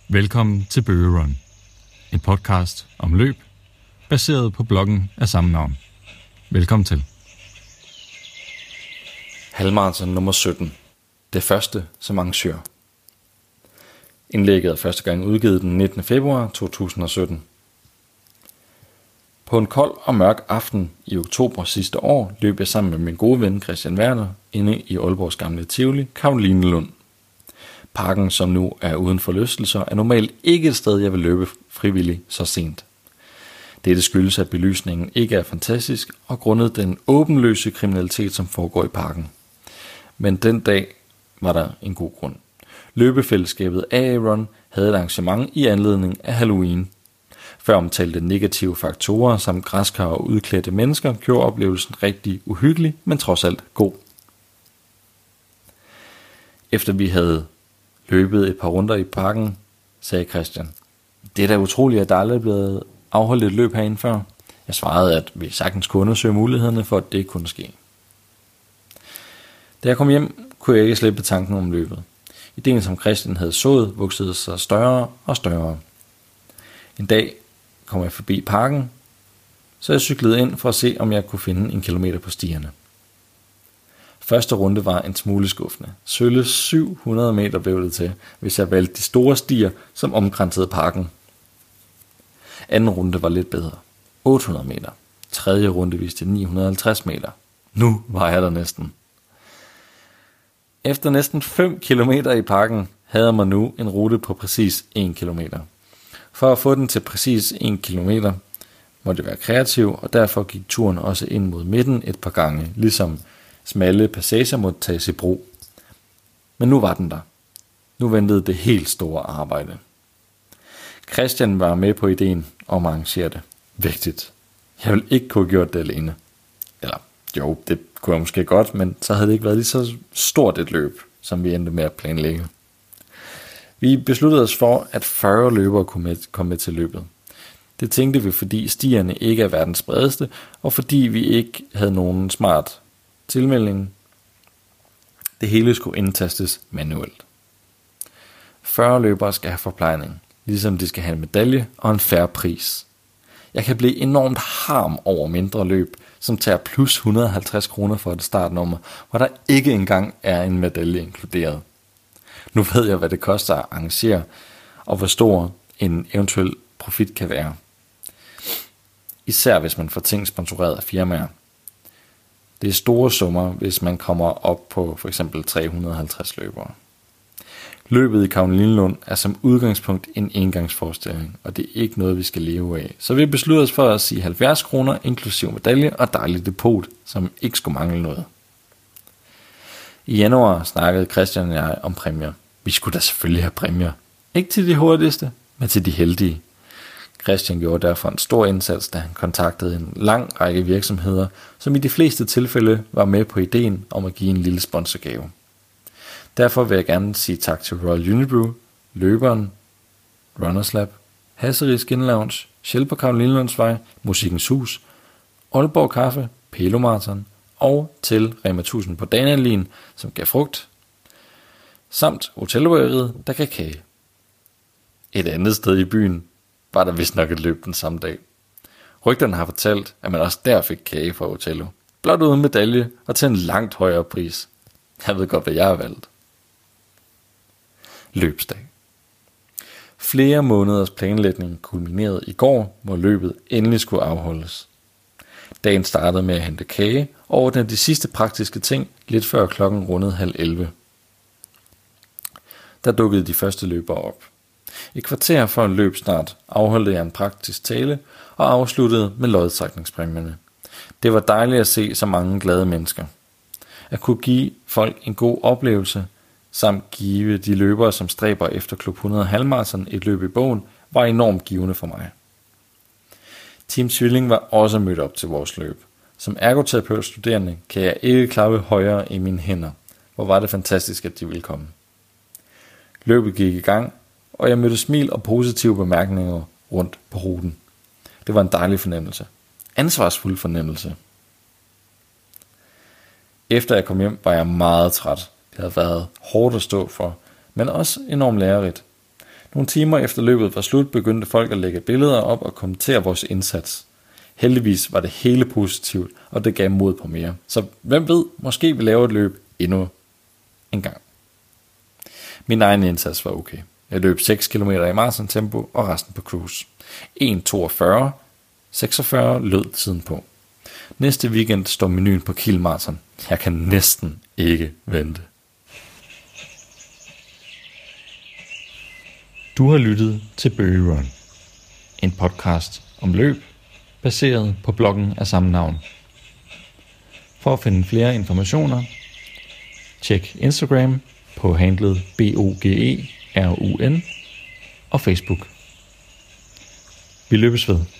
Velkommen til Bøge Run, en podcast om løb, baseret på bloggen af samme navn. Velkommen til. Halvmarathon nummer 17. Det første som arrangør. Indlægget er første gang udgivet den 19. februar 2017. På en kold og mørk aften i oktober sidste år løb jeg sammen med min gode ven Christian Werner inde i Aalborgs gamle Tivoli, Carolinelund. Parken, som nu er uden forlystelser, er normalt ikke et sted, jeg vil løbe frivilligt så sent. Dette skyldes, at belysningen ikke er fantastisk, og grundet den åbenløse kriminalitet, som foregår i parken. Men den dag var der en god grund. Løbefællesskabet AA Run havde et arrangement i anledning af Halloween. Før omtalte negative faktorer samt græskar og udklædte mennesker gjorde oplevelsen rigtig uhyggelig, men trods alt god. Efter vi havde løbet et par runder i parken, sagde Christian: "Det er da utroligt, at der aldrig er blevet afholdt et løb herinde før." Jeg svarede, at vi sagtens kunne undersøge mulighederne for, at det kunne ske. Da jeg kom hjem, kunne jeg ikke slippe tanken om løbet. Ideen, som Christian havde sået, voksede sig større og større. En dag kom jeg forbi parken, så jeg cyklede ind for at se, om jeg kunne finde 1 kilometer på stierne. Første runde var en smule skuffende. Sølle 700 meter blev det til, hvis jeg valgte de store stier, som omkransede parken. Anden runde var lidt bedre. 800 meter. Tredje runde viste 950 meter. Nu var jeg der næsten. Efter næsten 5 kilometer i parken, havde man nu en rute på præcis 1 kilometer. For at få den til præcis 1 kilometer, måtte jeg være kreativ, og derfor gik turen også ind mod midten et par gange, ligesom smalle passager måtte tages i brug. Men nu var den der. Nu ventede det helt store arbejde. Christian var med på ideen om at arrangere det. Vigtigt. Jeg ville ikke kunne have gjort det alene. Eller jo, det kunne jeg måske godt, men så havde det ikke været lige så stort et løb, som vi endte med at planlægge. Vi besluttede os for, at 40 løbere kunne komme med til løbet. Det tænkte vi, fordi stierne ikke er verdens bredeste, og fordi vi ikke havde nogen smart tilmelding. Det hele skulle indtastes manuelt. 40 løbere skal have forplejning, ligesom de skal have en medalje og en fair pris. Jeg kan blive enormt harm over mindre løb, som tager plus 150 kroner for et startnummer, hvor der ikke engang er en medalje inkluderet. Nu ved jeg, hvad det koster at arrangere, og hvor stor en eventuel profit kan være. Især hvis man får ting sponsoreret af firmaer. Det er store summer, hvis man kommer op på for eksempel 350 løbere. Løbet i Carolinelund er som udgangspunkt en engangsforestilling, og det er ikke noget, vi skal leve af. Så vi besluttede os for at sige 70 kroner, inklusive medalje og dejligt depot, som ikke skulle mangle noget. I januar snakkede Christian og jeg om præmier. Vi skulle da selvfølgelig have præmier. Ikke til de hurtigste, men til de heldige. Christian gjorde derfor en stor indsats, da han kontaktede en lang række virksomheder, som i de fleste tilfælde var med på ideen om at give en lille sponsorgave. Derfor vil jeg gerne sige tak til Royal Unibrew, Løberen, Runners Lab, Hasseris Skin Lounge, Shell på Carolinelundsvej, Musikkens Hus, Aalborg Kaffe, Pelo Marathon og til Rema 1000 på Danalin, som gav frugt, samt Hotelrøret, der gav kage. Et andet sted i byen var der vist nok et løb den samme dag. Rygterne har fortalt, at man også der fik kage fra Hotello, blot uden medalje og til en langt højere pris. Jeg ved godt, hvad jeg har valgt. Løbsdag. Flere måneders planlægning kulminerede i går, hvor løbet endelig skulle afholdes. Dagen startede med at hente kage og ordne de sidste praktiske ting lidt før klokken rundede 10:30. Der dukkede de første løbere op. Et kvarter før en løbsstart afholdte jeg en praktisk tale og afsluttede med lodtrækningspræmierne. Det var dejligt at se så mange glade mennesker. At kunne give folk en god oplevelse, samt give de løbere, som stræber efter Klub 100 halvmarathon et løb i bogen, var enormt givende for mig. Team Svilling var også mødt op til vores løb. Som ergoterapeut studerende kan jeg ikke klappe højere i mine hænder. Hvor var det fantastisk, at de ville komme. Løbet gik i gang, og jeg mødte smil og positive bemærkninger rundt på ruten. Det var en dejlig fornemmelse. Ansvarsfuld fornemmelse. Efter jeg kom hjem, var jeg meget træt. Det havde været hårdt at stå for, men også enormt lærerigt. Nogle timer efter løbet var slut, begyndte folk at lægge billeder op og kommentere vores indsats. Heldigvis var det hele positivt, og det gav mod på mere. Så hvem ved, måske vi laver et løb endnu en gang. Min egen indsats var okay. Jeg løb 6 km i maratontempo og resten på cruise. 1:42, 46 lød tiden på. Næste weekend står menuen på Kiel Marathon. Jeg kan næsten ikke vente. Du har lyttet til Bøge Run, en podcast om løb, baseret på bloggen af samme navn. For at finde flere informationer, tjek Instagram på handlet BOGERUN og Facebook. Vi løbes ved.